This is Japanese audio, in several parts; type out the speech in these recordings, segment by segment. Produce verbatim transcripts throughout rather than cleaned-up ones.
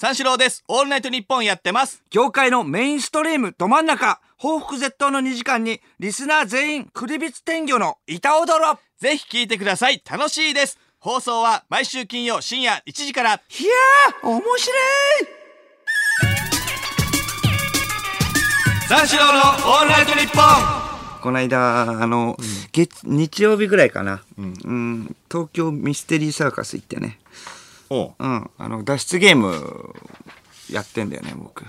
三四郎です。オールナイトニッポンやってます。 業界のメインストリームど真ん中、報復絶倒のにじかんにリスナー全員クリビツ天魚の板踊ろ。 ぜひ聞いてください。楽しいです。放送は毎週金曜深夜いちじから。いやー面白い。 三四郎のオールナイトニッポン。 この間あの、うん、月日曜日ぐらいかな、うんうん、東京ミステリーサーカス行ってね、おう、うん、あの脱出ゲームやってんだよね僕。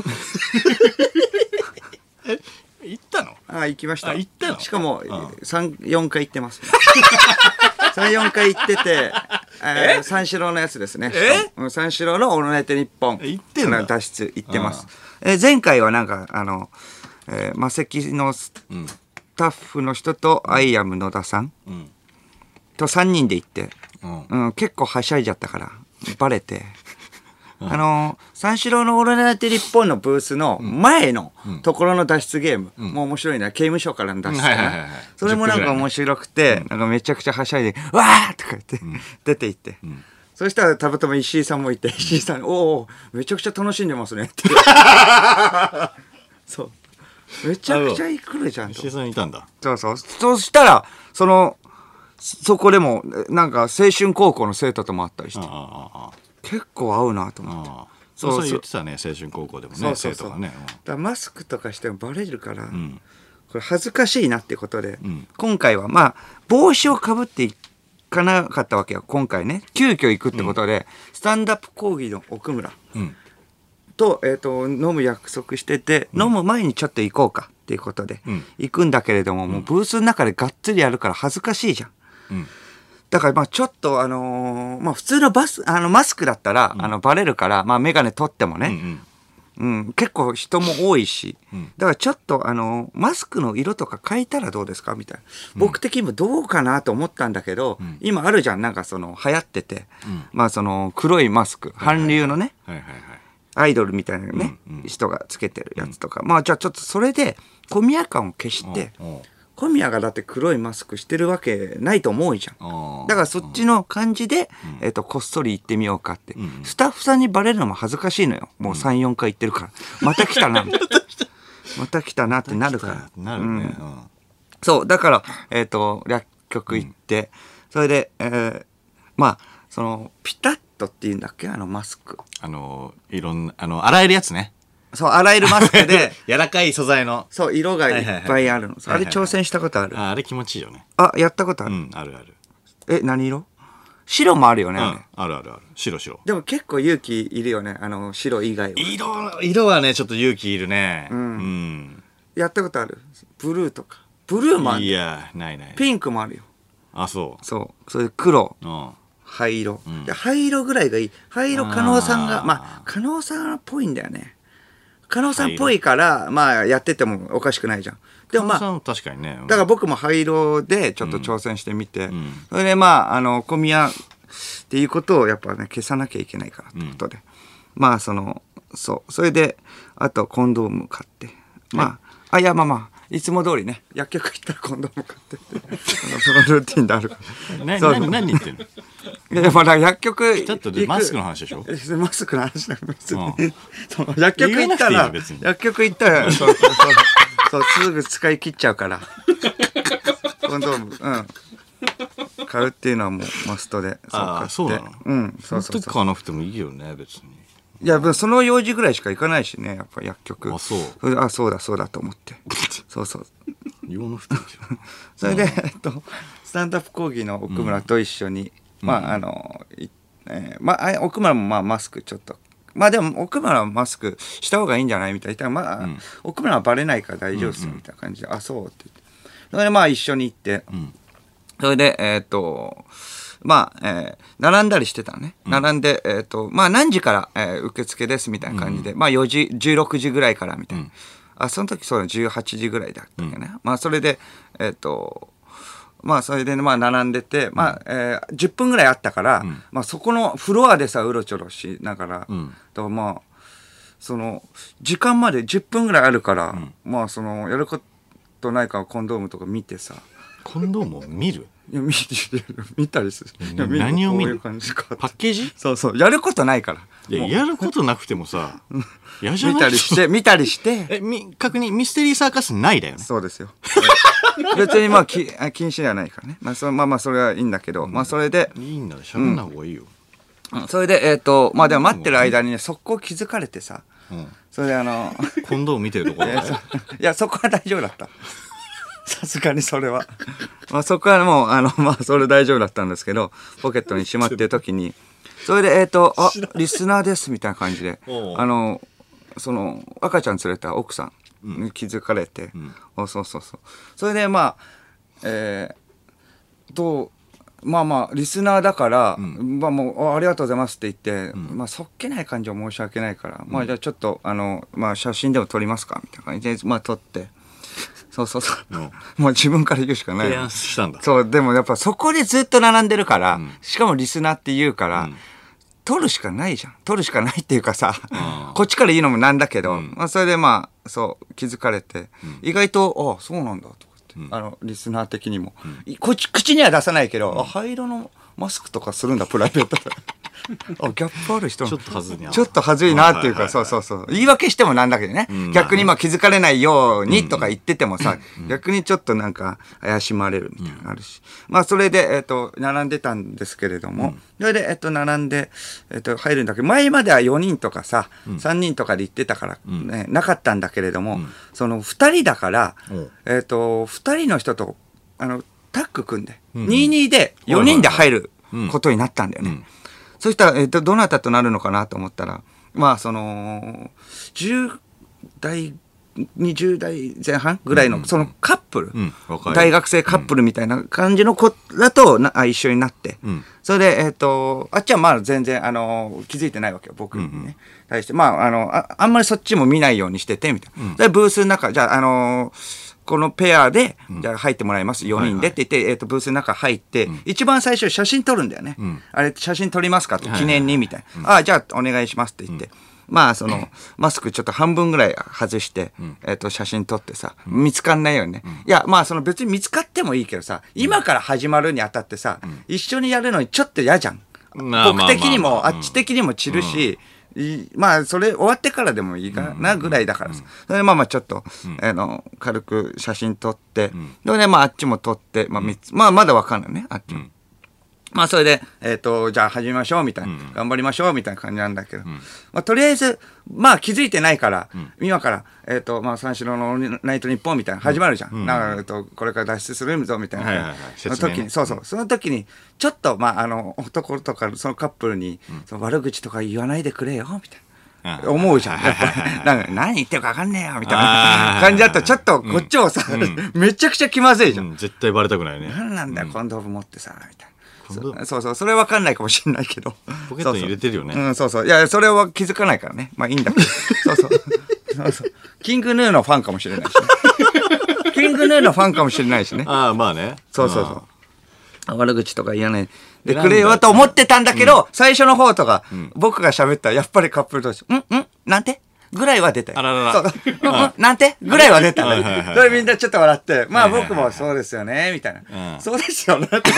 え行ったの？ あ、行きました。 あ、行ったの？ しかもさん、よんかい行ってます、ね、さん、よんかい行ってて、えー、三四郎のやつですね。え三四郎のオールナイトニッポン行ってんだ。 脱出行ってます。えー、前回はなんかあの、えー、マセキのスタッフの人と、うん、アイアム野田さん、うん、とさんにんで行って、うんうん、結構はしゃいじゃったからバレて、うん、あのー、三四郎のオールナイトニッポンのブースの前のところの脱出ゲーム、うん、もう面白いな、刑務所からの脱出、ね、うん、それもなんか面白くて、なんかめちゃくちゃはしゃいでわーとか言って、うん、出て行って、うん、そしたらたまたま石井さんもいて、石井さんにおおめちゃくちゃ楽しんでますねってそうめちゃくちゃ来るじゃんと。 石井さんいたんだ。 そうそう。そしたらそのそこでもなんか青春高校の生徒ともあったりして、ああああ結構合うなと思って。ああそうそう言ってたね、青春高校でもね、そうそうそう生徒がね。 だからマスクとかしてもバレるから、うん、これ恥ずかしいなってことで、うん、今回はまあ帽子をかぶっていかなかったわけよ今回ね。急遽行くってことで、うん、スタンダップ講義の奥村、うんと、えーと、飲む約束してて、うん、飲む前にちょっと行こうかっていうことで、うん、行くんだけれども、もうブースの中でがっつりやるから恥ずかしいじゃん。うん、だからまあちょっとあのー、まあ普通のバス、あのマスクだったら、うん、あのバレるから、まあメガネ取ってもね、うんうんうん、結構人も多いし、うん、だからちょっとあのー、マスクの色とか変えたらどうですかみたいな。うん、僕的にもどうかなと思ったんだけど、うん、今あるじゃん、なんかその流行ってて、うん、まあその黒いマスク、韓流のね、はいはいはいアイドルみたいなね、うんうん、人がつけてるやつとか、うん、まあじゃあちょっとそれで小宮感を消して、小宮がだって黒いマスクしてるわけないと思うじゃん。だからそっちの感じで、うん、えーと、こっそり行ってみようかって、うん、スタッフさんにバレるのも恥ずかしいのよ。もうさん、よんかい行ってるからまた来たなまた来たなってなるからなるね、うん、そうだからえっ、ー、と薬局行って、うん、それで、えー、まあそのピタッとっていうんだっけあのマスクあのいろんなあの洗えるやつね。 そう洗えるマスクで柔らかい素材のそう色がいっぱいあるの、はいはいはい、あれ挑戦したことある、 はいはいはい、あ, あれ気持ちいいよね。 あやったことある、 うん、あるある。 え何色？白もあるよね、うん、 あれあるあるある白白。 でも結構勇気いるよねあの白以外は。 色色はねちょっと勇気いるね、うんうん、やったことある？ブルーとかブルーもある。 いやないない。 ピンクもあるよ。 あそうそうそれで黒、 うん灰色、うん、灰色ぐらいがいい。灰色加納さんがまあ加納さんっぽいんだよね。加納さんっぽいからまあやっててもおかしくないじゃん。でもまあ確かにね、うん、 だから僕も灰色でちょっと挑戦してみて、うん、それでまああの小宮っていうことをやっぱね消さなきゃいけないからってことで、うん、まあそのそうそれであとコンドーム買ってまあ、はい、あいやまあまあいつも通りね薬局行ったらコンドーム買ってってそのルーティンであるからな何何言ってんの？ いやまだ薬局ちょっとマスクの話でしょ？ マスクの話だ別に、うん、薬局行ったら薬局行ったらそうそうそうそうすぐ使い切っちゃうからコンドームうん買うっていうのはもうマストでそう買って。そうなの？ うんそうそうそう。 買わなくてもいいよね別に。 いやその用事ぐらいしか行かないしねやっぱ薬局。 あそうそれであそうだそうだと思ってそうそう用の服それで、えっと、スタンダップ講義の奥村と一緒に、うん、まああの、えーまあ、奥村もまあマスクちょっとまあでも奥村はマスクした方がいいんじゃないみたいな、まあうん、奥村はバレないから大丈夫ですみたいな感じで、うんうん、あそうって言ってそれでまあ一緒に行って、うん、それでえー、っとまあ、えー、並んだりしてたのね、うん、並んで、えーとまあ、何時から、えー、受付ですみたいな感じで、うん、まあよじじゅうろくじぐらいからみたいな、うん、あその時そうだじゅうはちじぐらいだったっけね、うん、まあそれでえっ、ー、とまあそれで、ね、まあ並んでて、まあえー、じゅっぷんぐらいあったから、うんまあ、そこのフロアでさうろちょろしながら、うん、とまあその時間までじゅっぷんぐらいあるから、うん、まあそのやることないからコンドームとか見てさ。 コンドームを見る？ いや 見, 見たりする。 何を見る？ こういう感じかパッケージ？ そうそうやることないからいややることなくてもさ嫌じゃない見たりして見たりしてえみ確認ミステリーサーカスないだよね。 そうですよ別にまあき禁止ではないからね、まあ、そまあまあそれはいいんだけど、うん、まあそれでいいんだ喋んない方がいいよ、 うん、それでえっ、ー、とまあでも待ってる間にね速攻気づかれてさ、うん、それであのコンドーム見てるところ、ね、 いやそこは大丈夫だったさすがにそれはまあそこはもうあのまあそれ大丈夫だったんですけど、ポケットにしまってる時にそれでえっ、ー、とあリスナーですみたいな感じであのその赤ちゃん連れた奥さんに気づかれて、うん、そうそうそうそれでまあえー、どうまあまあリスナーだから、うん、まあもう あ, ありがとうございますって言って、うん、まあそっけない感じは申し訳ないから、うん、まあじゃあちょっとあのまあ写真でも撮りますかみたいな感じでまあ撮ってそうそうそう、うん、もう自分から言うしかない。 提案したんだ。 そうでもやっぱそこでずっと並んでるから、うん、しかもリスナーって言うから、うん、撮るしかないじゃん。撮るしかないっていうかさ、うん、こっちから言うのもなんだけど、うんまあ、それでまあそう気づかれて、うん、意外とあそうなんだとかって、うん、あのリスナー的にも、うん、こっち口には出さないけど、うん、あ灰色のマスクとかするんだプライベートであギャップある人ちょっとはずいなちょっとはずいなっていうか、そうそうそう言い訳してもなんだけどね、うん、逆にまあ気づかれないようにとか言っててもさ、うん、逆にちょっとなんか怪しまれるみたいなのあるし、うん、まあそれでえっ、ー、と並んでたんですけれども、うん、それでえっ、ー、と並んでえっ、ー、と入るんだけど、前まではよにんとかさ、うん、さんにんとかで行ってたから、ねうん、なかったんだけれども、うん、そのふたりだから、うん、えっ、とふたりの人とあのタッグ組んで、うん、にたいにでよにんで入ることになったんだよね。うんうん、そしたら、えー、とどなたとなるのかなと思ったら、まあそのじゅう代にじゅう代前半ぐらいの、うん、そのカップル、うん、大学生カップルみたいな感じの子だとな一緒になって、うん、それで、えー、とあっちはまあ全然、あのー、気づいてないわけよ僕にね、うんうん、対して、まあ、あの あ, あんまりそっちも見ないようにしててみたいな、うん、でブースの中じゃあ、あのーこのペアで、うん、じゃあ入ってもらいますよにんでって言って、はいはい、えー、とブースの中入って、うん、一番最初写真撮るんだよね、うん、あれ写真撮りますかと記念にみたいな、はいはいはい、ああじゃあお願いしますって言って、うん、まあそのマスクちょっと半分ぐらい外して、うん、えー、と写真撮ってさ見つかんないようにね、うん、いやまあその別に見つかってもいいけどさ今から始まるにあたってさ、うん、一緒にやるのにちょっと嫌じゃん、うん、僕的にもあっち的にも散るし、うんまあそれ終わってからでもいいかなぐらいだからさ、それでまあまあちょっと、うん、あの軽く写真撮って、うん、でねまああっちも撮って、まあみっつ、まあまだわかんないねあっちも、うん、まあそれでえっ、ー、とじゃあ始めましょうみたいな、うん、頑張りましょうみたいな感じなんだけど、うん、まあとりあえずまあ気づいてないから、うん、今からえっ、ー、とまあ三四郎のナイトニッポンみたいな始まるじゃん、うん、なんかとこれから脱出するぞみたいな、はいはいはい、その時に、ね、そうそうその時にちょっとまああの男とかそのカップルに、うん、その悪口とか言わないでくれよみたいな思うじゃん。やっぱなんか何言ってるか分かんねえよみたいな感じだとちょっとこっちもさ、うん、めちゃくちゃ気まずいじゃん、 うん、絶対バレたくないね。 何なんだよ、うん、コンドーム持ってさみたいな。そうそうそれ分かんないかもしれないけどポケットに入れてるよね。 そうそう、うん、そうそういやそれは気づかないからね、まあいいんだけどそうそうそうそうキングヌーのファンかもしれないし、ね、キングヌーのファンかもしれないしね。 ああまあね。 そうそうそう悪口とか言わないでくれよと思ってたんだけど、うん、最初の方とか、うん、僕が喋ったらやっぱりカップル同士んんなんてぐらいは出たよ。 あらららそううんうんなんてぐらいは出たね。それみんなちょっと笑ってまあ僕もそうですよねみたいな、うん、そうですよねって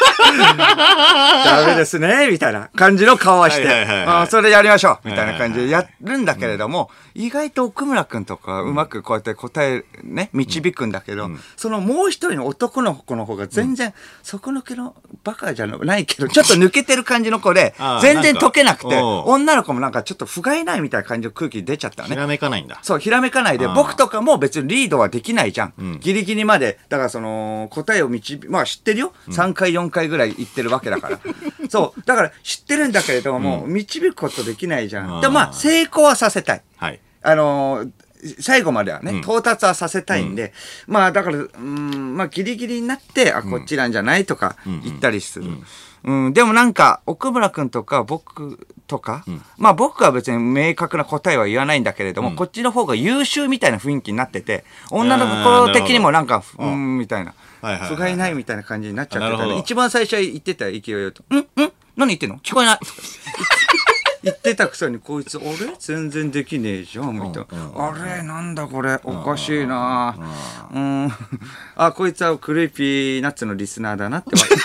ダメですねみたいな感じの顔はして、あそれやりましょうみたいな感じでやるんだけれども、意外と奥村君とかうまくこうやって答えね導くんだけど、うん、そのもう一人の男の子の方が全然底抜けのバカじゃないけどちょっと抜けてる感じの子で全然解けなくて、女の子もなんかちょっと不甲斐ないみたいな感じの空気出ちゃったね。 ひらめかないんだ。 そうひらめかないで僕とかも別にリードはできないじゃん、うん、ギリギリまでだからその答えを導まあ知ってるよ、うん、さんかいよんかいぐらい言ってるわけだからそうだから知ってるんだけれども、うん、導くことできないじゃん。でまあ成功はさせたい、はい、あのー最後まではね、うん、到達はさせたいんで、うん、まあだからうんまあギリギリになってあこっちなんじゃないとか言ったりする、うんうん、でもなんか奥村君とか僕とか、うん、まあ僕は別に明確な答えは言わないんだけれども、うん、こっちの方が優秀みたいな雰囲気になってて女の子的にもなんかうんみたいな不甲斐ないみたいな感じになっちゃってたね。一番最初言ってた勢いを言うとんん何言ってんの聞こえない言ってたくせにこいつ、あれ全然できねえじゃんみたいな。あれなんだこれ、おかしいな。うん。あ、こいつはクリーピーナッツのリスナーだなって分かった。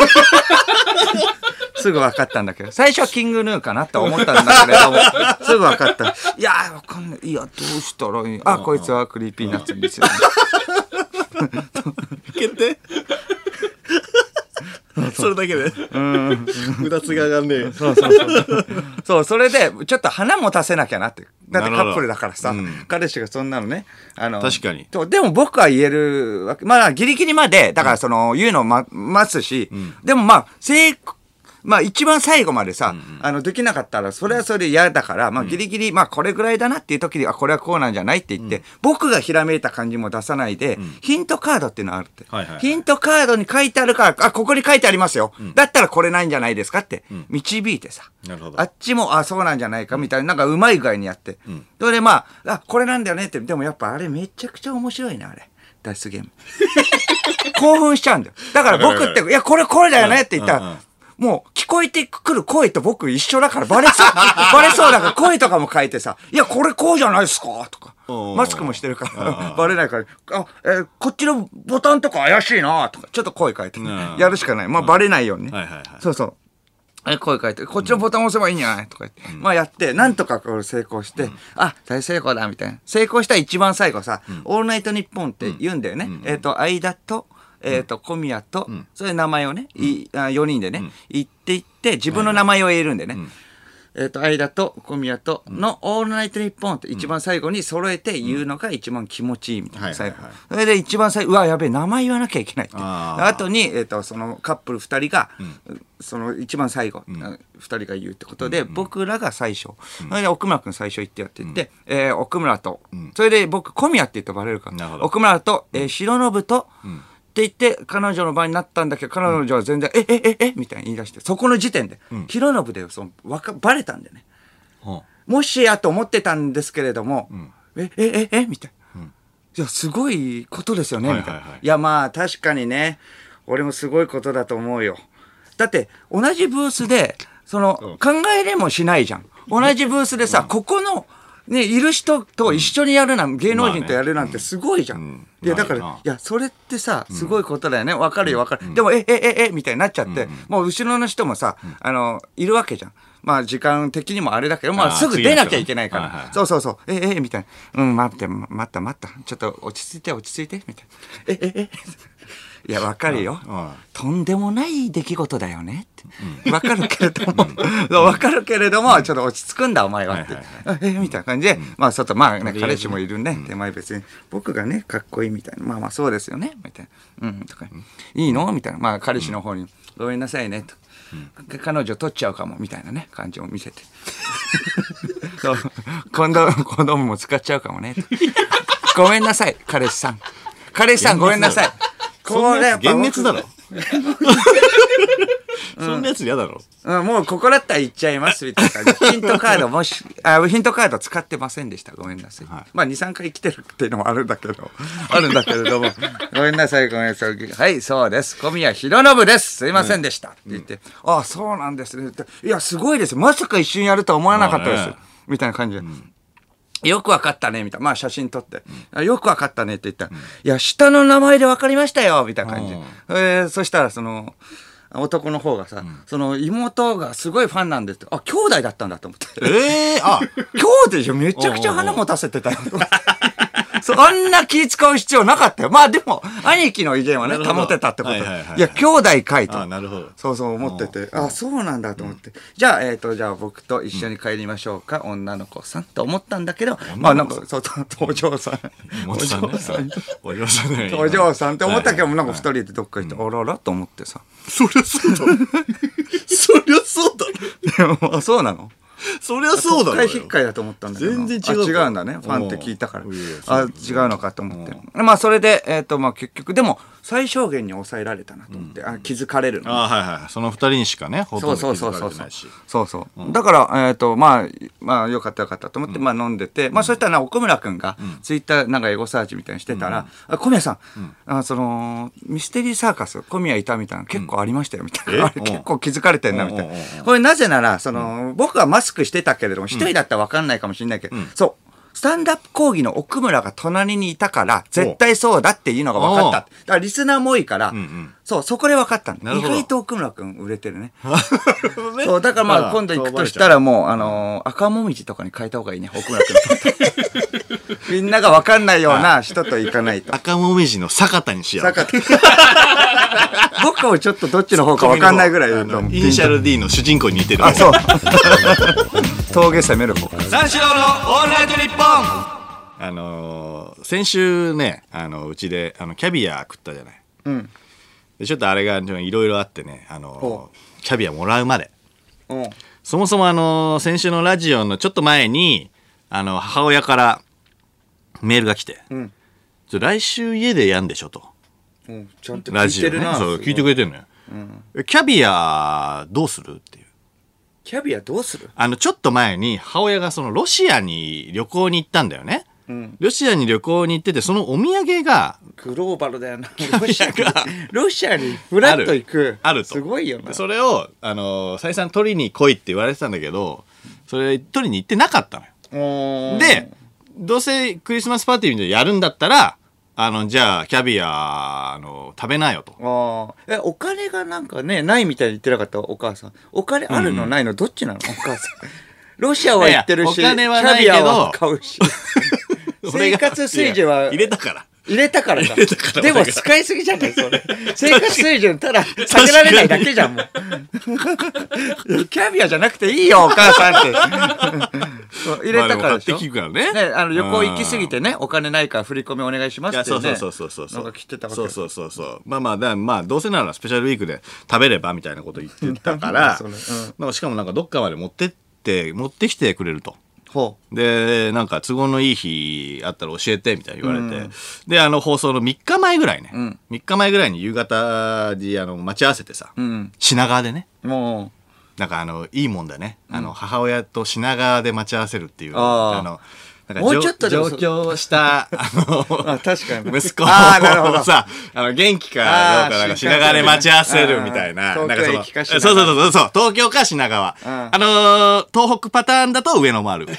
すぐ分かったんだけど、最初はキングヌーかなと思ったんだけれども、すぐ分かった。いやー、わかんない。いや、どうしたらいい。あ、こいつはクリーピーナッツのリスナー。 決定それだけでうだつが上がんねえ。 そうそうそうそう、それでちょっと花持たせなきゃなって。だってカップルだからさ、うん、彼氏がそんなのね、あの確かに。 でも僕は言えるわけ、まあギリギリまでだからその、うん、言うのを、ま、待つし、うん、でもまあ成功まあ一番最後までさ、うんうん、あのできなかったらそれはそれで嫌だから、まあギリギリ、まあこれぐらいだなっていう時に、あ、これはこうなんじゃないって言って、うん、僕がひらめいた感じも出さないで、うん、ヒントカードっていうのがあるって、はいはいはい、ヒントカードに書いてあるから、あ、ここに書いてありますよ、うん、だったらこれないんじゃないですかって導いてさ、うん、なるほど、あっちもあ、そうなんじゃないかみたいな、なんかうまい具合にやって、うん、それでまあ、あ、これなんだよねって、でもやっぱあれめちゃくちゃ面白いね、あれ脱出ゲーム興奮しちゃうんだよ。だから僕って、いやこれこれだよねって言ったら、うんうんうん、もう聞こえてくる声と僕一緒だからバレそうバレそうだから声とかも書いてさ、いやこれこうじゃないですかとか、マスクもしてるからバレないから、あ、えー、こっちのボタンとか怪しいなとかちょっと声書いてやるしかない。まあバレないようにね、はいはいはい、そうそう、え声書いてこっちのボタン押せばいいんじゃないとか言って、うん、まあやってなんとかこれ成功して、うん、あ、大成功だみたいな。成功したら一番最後さ、うん、オールナイトニッポンって言うんだよね、うん、えっ、ー、と間とえっ、ー、と小宮と、うん、それ名前をね、うん、いあよにんでね、うん、言っていって自分の名前を言えるんでね、うん、えっ、ー、と間と小宮とのオールナイトニッポンって一番最後に揃えて言うのが一番気持ちいいみたいな、うん、最後、はいはいはい、それで一番最後、うわやべえ名前言わなきゃいけないって、あ後に、えー、とそのカップルふたりが、うん、その一番最後、うん、ふたりが言うってことで、うん、僕らが最初、うん、それで奥村君最初言ってやって言って、うん、えー、奥村と、うん、それで僕小宮って言うとバレるから奥村と、えー、白信と、うんって言って彼女の場になったんだけど、彼女は全然、うん、ええええみたいに言い出して、そこの時点で、うん、広信でそのわかバレたんでね、うん、もしやと思ってたんですけれども、うん、ええええみたいな、うん、いやすごいことですよね、みたいな、はいはいはい、いやまあ確かにね、俺もすごいことだと思うよ。だって同じブースでその、うん、考えれもしないじゃん。同じブースでさ、うん、ここのね、いる人と一緒にやるなん、うん、芸能人とやるなんてすごいじゃん、まあね、うん、いやだから、いやそれってさすごいことだよね、わかるよわかる、うん、でもええええみたいになっちゃって、うん、もう後ろの人もさ、うん、あのいるわけじゃん。まあ時間的にもあれだけど、まあすぐ出なきゃいけないから、はいはい、そうそうそう、えええみたいな、うん待って待った待ったちょっと落ち着いて落ち着いてみたいな、えええいやわかるよ、うんうん、とんでもない出来事だよねってわ、うん、かるけれどもわ、うん、かるけれども、うん、ちょっと落ち着くんだお前はって、はいはいはい、えみたいな感じで、うん、まあちょっとまあ、ね、彼氏もいるんで、うん、手前別に僕がねかっこいいみたいな、まあまあそうですよねみたいな、うんとか、うん、いいのみたいな、まあ彼氏の方に、うん、ごめんなさいねと、うん、彼女取っちゃうかもみたいなね感じを見せてそう今度子供も使っちゃうかもねごめんなさい彼氏さん彼氏さんごめんなさい、 これ幻滅だろそんなやつ嫌だろ、 うん、もうここだったら言っちゃいますみたいな感じヒントカードもしあヒントカード使ってませんでしたごめんなさい、はい、まあ にさんかい来てるっていうのもあるんだけどあるんだけれどもごめんなさいごめんなさい、はいそうです小宮弘信ですすいませんでした、うん、って言って、うん、ああそうなんですねって、いやすごいですまさか一緒にやるとは思わなかったです、まあね、みたいな感じで、うん、よくわかったねみたいな、まあ写真撮って、うん、よくわかったねって言ったら、うん、いや下の名前でわかりましたよみたいな感じで、えー、そしたらその男の方がさ、うん、その妹がすごいファンなんですって、あ兄弟だったんだと思って、 えー、あ兄弟じゃめちゃくちゃ花持たせてたよそあんな気使う必要なかったよ。まあでも兄貴の威厳はね保てたってこと、はいはいはいはい、いや兄弟かいと、 あなるほどそうそう思ってて、あそうなんだと思って、うん、じゃあえっ、ー、とじゃあ僕と一緒に帰りましょうか、うん、女の子さんと思ったんだけど、まあなんかそうお嬢さんお嬢さんお嬢さんお嬢さんって思ったけど、なんか二人でどっか行って、あららと思ってさ、 そりゃそうだそりゃそうだあそうなのそりゃそうだろうよ。 引っかいだと思ったんだけど。 全然違う。 あ違うんだね。ファンって聞いたから。あ違うのかと思って。まあそれでえっ、ー、とまあ結局でも最小限に抑えられたなと思って、うん、あ気づかれるの。 あはいはい。その二人にしかねほとんど気づかれてないし。 そうそうそうそうそうそう、うん。だからえっ、ー、とまあまあよかったよかったと思って、うん、まあ飲んでて、うん、まあそしたら奥村君が、うん、ツイッターなんかエゴサーチみたいにしてたら、うん、あ小宮さん、うん、あそのミステリーサーカス小宮いたみたいな結構ありましたよみたいな、うん、あれ結構気づかれてんなみたいな。これなぜならその、うん、僕はマススクしてたけれども、一人だったら分かんないかもしれないけど、そうスタンダップ講義の奥村が隣にいたから絶対そうだっていうのが分かった。だからリスナーも多いから、うんうん、そうそこで分かったの。意外と奥村くん売れてるね。そうだからまあ今度行くとしたらもうあのー、赤もみじとかに変えた方がいいね、奥村くん。みんなが分かんないような人と行かないと。 赤もみじの坂田にしよう。坂田。 僕もちょっとどっちの方か分かんないぐらい。 イニシャル D の主人公に似てる。 あ、そう。峠攻める方。 三四郎のオールナイトニッポン。あのー、先週ね、あのうちであのキャビア食ったじゃない。うん。でちょっとあれがいろいろあってね、あのー、キャビアもらうまで。そもそもあのー、先週のラジオのちょっと前にあの母親からメールが来て、うん、ちょ来週家でやんでしょと。 うん、ちゃんと聞いてるな。 ラジオね、そう聞いてくれてるのよ。うん、キャビアどうするっていう。 キャビアどうする？ あのちょっと前に母親がそのロシアに旅行に行ったんだよね。うん、ロシアに旅行に行ってて、そのお土産がグローバルだよな。ロシアがロシアにフラッと行くあると。 すごいよな。 それをあの再三取りに来いって言われてたんだけど、それ取りに行ってなかったのよ。でどうせクリスマスパーティーみたいなやるんだったら、あのじゃあキャビアあの食べなよと。 あえお金がなんかねないみたいに言ってなかったお母さん。お金あるのないのどっちなのお母さん。ロシアは行ってるし、 いやいやお金はないけどキャビアは買うし。生活水準は入れたから入れたからか。でも使いすぎじゃないそれ。生活水準ただ下げられないだけじゃんもう。キャビアじゃなくていいよお母さんって。入れたからでしょ。 買って聞くからね。 ねあの旅行行き過ぎてねお金ないから振り込みお願いしますってね。 そうそうそうそうそう。 なんか来てたわけ。 そうそうそうそう。まあまあだまあどうせならスペシャルウィークで食べればみたいなこと言ってたから。なんかしかもなんかどっかまで持ってって持ってきてくれると。でなんか都合のいい日あったら教えてみたいに言われて、うん、であの放送のみっかまえぐらいね、うん、みっかまえぐらいに夕方にあの待ち合わせてさ、うん、品川でねもうなんかあのいいもんだね、うん、あの母親と品川で待ち合わせるっていうあのなんかもうちょっと上京したあのあ確かに息子をさあの元気かどうかなんか品川で待ち合わせるみたいななんかそのそうそうそうそう東京か品川あの東北パターンだと上野もある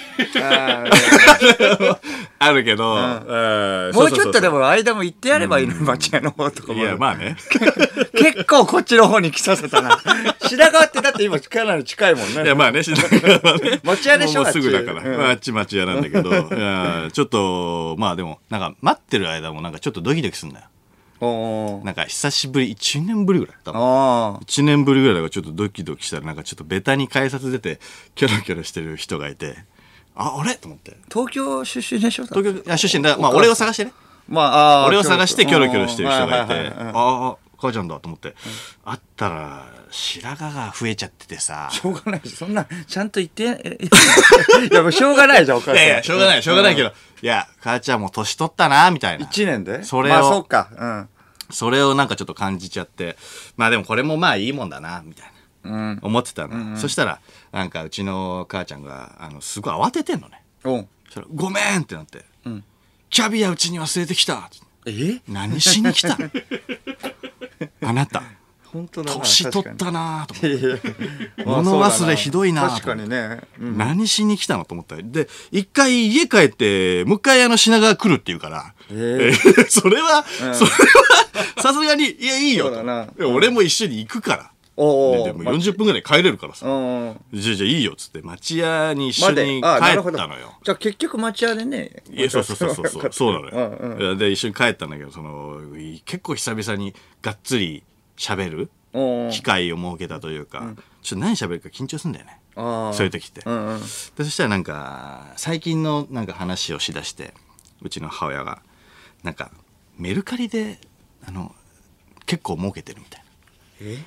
あるけどもうちょっとでも間も行ってやればいいの町屋の方とかもいやまあね結構こっちの方に来させたな品川ってだって今かなり近いもんねいやまあね品川はね町屋でしょもうすぐだからあっち町屋なんだけどいやちょっとまあでもなんか待ってる間もなんかちょっとドキドキするんだよ。なんか久しぶりいちねんぶりぐらい多分いちねんぶりぐらいだからちょっとドキドキしたらなんかちょっとベタに改札出てキョロキョロしてる人がいてああれと思って東京出身でしょ東京いや出身だまあ俺を探してねまああ俺を探してキョロキョロしてる人がいてああ母ちゃんだと思って、うん、会ったら白髪が増えちゃっててさしょうがないしそんなちゃんと言っていやもうしょうがないじゃんお母さんいやいやしょうがないしょうがないけど、うん、いや母ちゃんも年取ったなみたいないちねんでそれを、 まあそうか、うん、 それをなんかちょっと感じちゃってまあでもこれもまあいいもんだなみたいな、うん、思ってたの、うんうん、そしたらなんかうちの母ちゃんがあのすごい慌ててんのね、うん、それごめんってなって、うん、キャビアうちに忘れてきたえ何しに来たあなた本当だな年取ったなと思って物忘れひどいな確かにね、 うん、何しに来たのと思ったで一回家帰ってもう一回あの品川来るって言うから、えー、それは、うん、それはさすがにいやいいよと、うん、俺も一緒に行くからおでもよんじゅっぷんぐらい帰れるからさじゃあじゃあいいよっつって町屋に一緒に帰ったのよじゃあ結局町屋でねいやそうそうそうそうそうそうなのよ、うんうん、で一緒に帰ったんだけどその結構久々にがっつり喋る機会を設けたというか、うん、ちょっと何喋るか緊張するんだよねそういう時って、うんうん、でそしたらなんか最近のなんか話をしだしてうちの母親がなんかメルカリであの結構儲けてるみたいなえ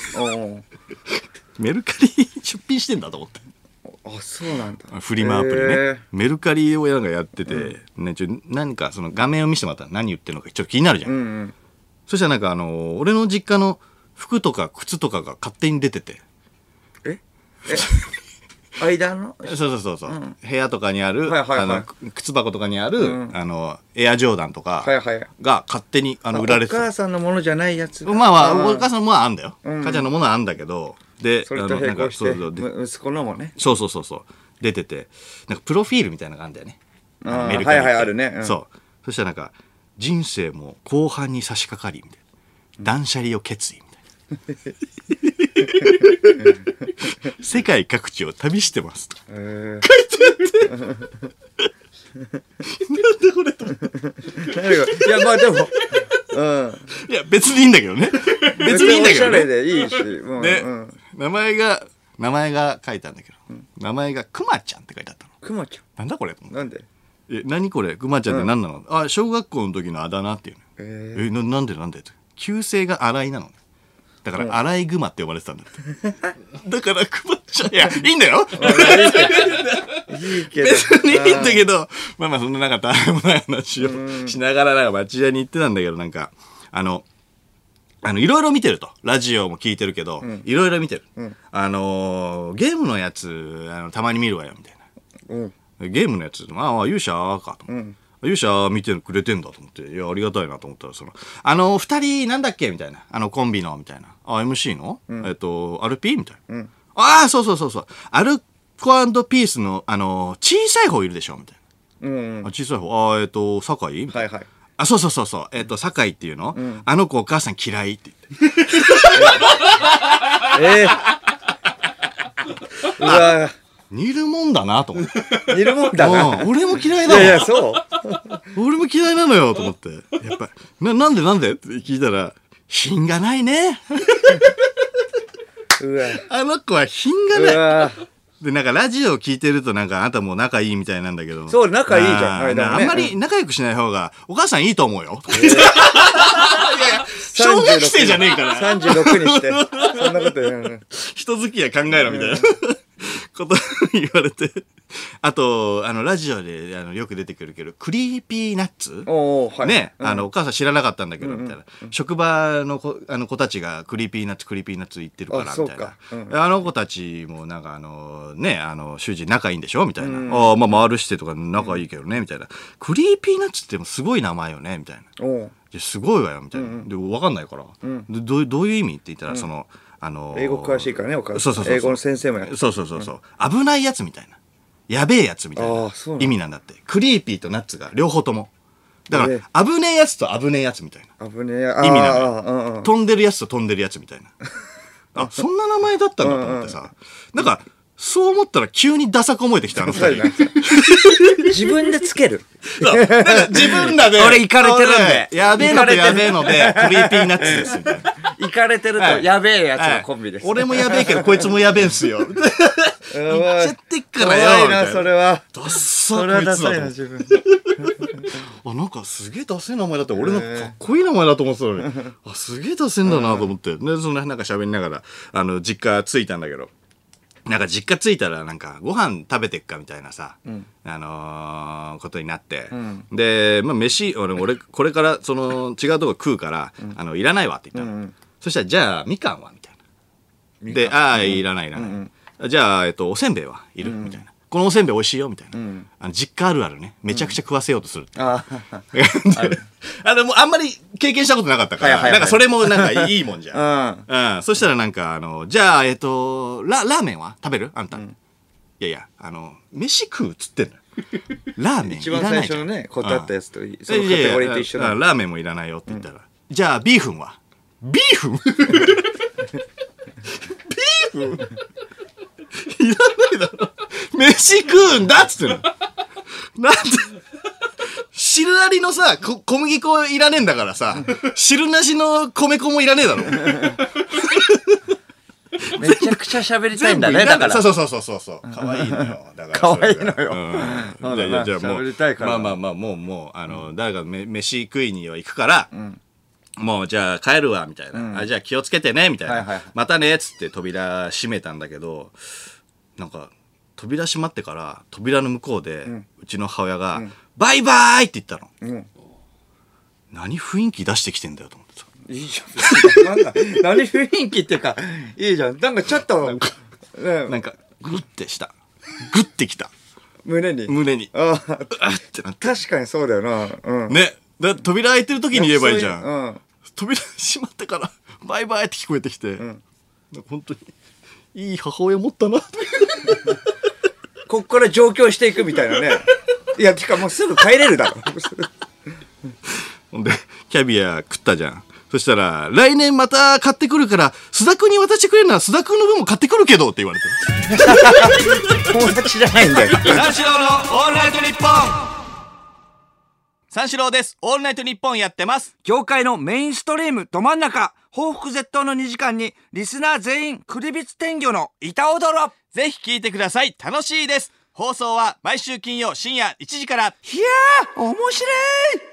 メルカリ出品してんだと思ってあそうなんだフリマアプリねメルカリをなんかやってて、うんね、ちょ何かその画面を見せてもらったら何言ってるのかちょっと気になるじゃん、うんうん、そしたらなんかあの俺の実家の服とか靴とかが勝手に出ててええ間のそうそうそうそう、うん、部屋とかにある、はいはいはい、あの靴箱とかにある、うん、あのエアジョーダンとかが勝手にあの売られてたお母さんのものじゃないやつまあまあお母さんのものはあんだよ、うん、母ちゃんのものはあんだけどでそれと並行して息子のもねそうそうそうそう出ててなんかプロフィールみたいなのがあるんだよね。 あメルカリはいはいあるね、 うん、そうそしたらなんか人生も後半に差し掛かりみたいな断捨離を決意みたいな世界各地を旅してますと、えー、書いてあってなんでこれといやまあでもうん、 いや別にいいんだけどね別にいいんだけどねおしゃれでいいし、 うんで、うん、名前が名前が書いたんだけど、うん、名前がくまちゃんって書いてあったの。 くまちゃんなんだこれなんでえ何これくまちゃんって何なの、うん、あ小学校の時のあだ名っていうの。えー、えななんでなんで旧姓が新井なのだから、うん、新井グマって呼ばれてたんだってだからくまちゃんいやいいんだよいいけど別にいいんだけどまあまあそんななんかたわいもない話をしながらなんか町屋に行ってたんだけどなんかあのあのいろいろ見てるとラジオも聞いてるけどいろいろ見てる、うん、あのー、ゲームのやつあのたまに見るわよみたいな、うん、ゲームのやつああ勇者かと、うん、勇者見てくれてんだと思っていやありがたいなと思ったらそのあの二人なんだっけみたいなあのコンビのみたいなあ エムシー の、うん、えっと アールピー みたいな、うん、ああそうそうそうそうアルコ&ピースのあの小さい方いるでしょみたいな、うんうん、あ小さい方あえっと酒井みたいな、はいはいあ、そうそうそうそう。えっ、ー、と、酒井っていうの、うん、あの子お母さん嫌いって言って。えー、うわ似るもんだなと思って。 似るもんだな。 うん、俺も嫌いだもん。 いやいや、そう。 俺も嫌いなのよと思って。やっぱな、なんでなんでって聞いたら、品がないね。うわあの子は品がない。うわでなんかラジオを聞いてるとなんかあなたもう仲いいみたいなんだけどそう仲いいじゃんあ, ね、 あんまり仲良くしない方がお母さんいいと思うよ、えー、いやいや小学生じゃねえからさんじゅうろくにしてそんなこと言うの人付き合い考えろみたいなこと言われてあとあのラジオであのよく出てくるけどクリーピーナッツお、はい、ね、うん、あのお母さん知らなかったんだけど、うんうん、みたいな職場の 子, あの子たちがクリーピーナッツクリーピーナッツ言ってるからみたいな あ,、うん、あの子たちもなんかあのねあの主人仲いいんでしょみたいな、うん、ああまあ回るしてとか仲いいけどね、うん、みたいなクリーピーナッツってもすごい名前よねみたいなおすごいわよみたいな、うんうん、で分かんないから、うん、で ど, どういう意味って言ったら、うん、そのあのー、 英語詳しいからねお母さんそうそうそうそう英語の先生もやってそうそうそうそう、うん、危ないやつみたいなやべえやつみたいな意味なんだってクリーピーとナッツが両方ともだから、えー、危ねえやつと危ねえやつみたいな危ねえ意味なんだよ、うんうん、飛んでるやつと飛んでるやつみたいなあそんな名前だったんだと思ってさ、うんうん、なんかそう思ったら急にダサく思えてきたあの二人自分でつけるなんか自分らで俺イカれてるんでやべえのとやべえのでクリーピーナッツですみたいなイカれてるとやべえやつのコンビです、 はいはい、俺もやべえけどこいつもやべえんすよ言っちゃってっからよ怖いなそれはダッサそれはダサいな自分あなんかすげえダセえ名前だって俺のかっこいい名前だと思ってたのにあすげえダセえんだなと思ってでそんななんか喋りながらあの実家着いたんだけどなんか実家着いたらなんかご飯食べてっかみたいなさ、うん、あのー、ことになって、うん、で、まあ、飯俺俺これからその違うとこ食うから、うん、あのいらないわって言ったの、うんうん、そしたらじゃあみかんはみたいなでああいらないいらない、うんうん、じゃあ、えっと、おせんべいはいる、うん、みたいなこのおせんべい美味しいよみたいな、うん、あの実家あるあるねめちゃくちゃ食わせようとする、うん、ああでもあんまり経験したことなかったから、はいはいはい、なんかそれもなんかいいもんじゃん、うんうん、そしたらなんかあのじゃあえっとララーメンは食べるあんた、うん、いやいやあの飯食うっつってんのラーメンいらないじゃん一番最初のね答ったやつとそのカテゴリーと一緒だラーメンもいらないよって言ったら、うん、じゃあビーフンはビーフンビーフンいらないだろ飯食うんだっつってのなんで汁ありのさこ小麦粉いらねえんだからさ汁なしの米粉もいらねえだろめちゃくちゃ喋りたいんだねだからそうそうそうそうそう可愛いのよだから可愛いのよ、 うん、いやいやじゃあもうまあまあまあもうもうあの、うん、誰かめ飯食いには行くから、うんもうじゃあ帰るわみたいな、うん、あじゃあ気をつけてねみたいな、はいはい、またねっつって扉閉めたんだけどなんか扉閉まってから扉の向こうで、うん、うちの母親が、うん、バイバーイって言ったの、うん、何雰囲気出してきてんだよと思ってさいいじゃんなんだ何雰囲気っていうかいいじゃんなんかちょっとなんか、ね、なんかグッてしたグッてきた胸に胸にああってなって確かにそうだよな、うん、 ねだ扉開いてる時に言えばいいじゃん、うん、扉閉まってからバイバイって聞こえてきて、うん、本当にいい母親持ったなこっから上京していくみたいなね。いや、てかもうすぐ帰れるだろほんでキャビア食ったじゃん。そしたら来年また買ってくるから須田君に渡してくれるなら須田君の分も買ってくるけどって言われて友達じゃないんだよ。 三四郎のオールナイトニッポン。三四郎です。オールナイトニッポンやってます。 業界のメインストリームど真ん中、報復絶倒のにじかんにリスナー全員クリビツ天魚の板踊ろ。 ぜひ聞いてください。楽しいです。放送は毎週金曜深夜いちじから。いやー面白い。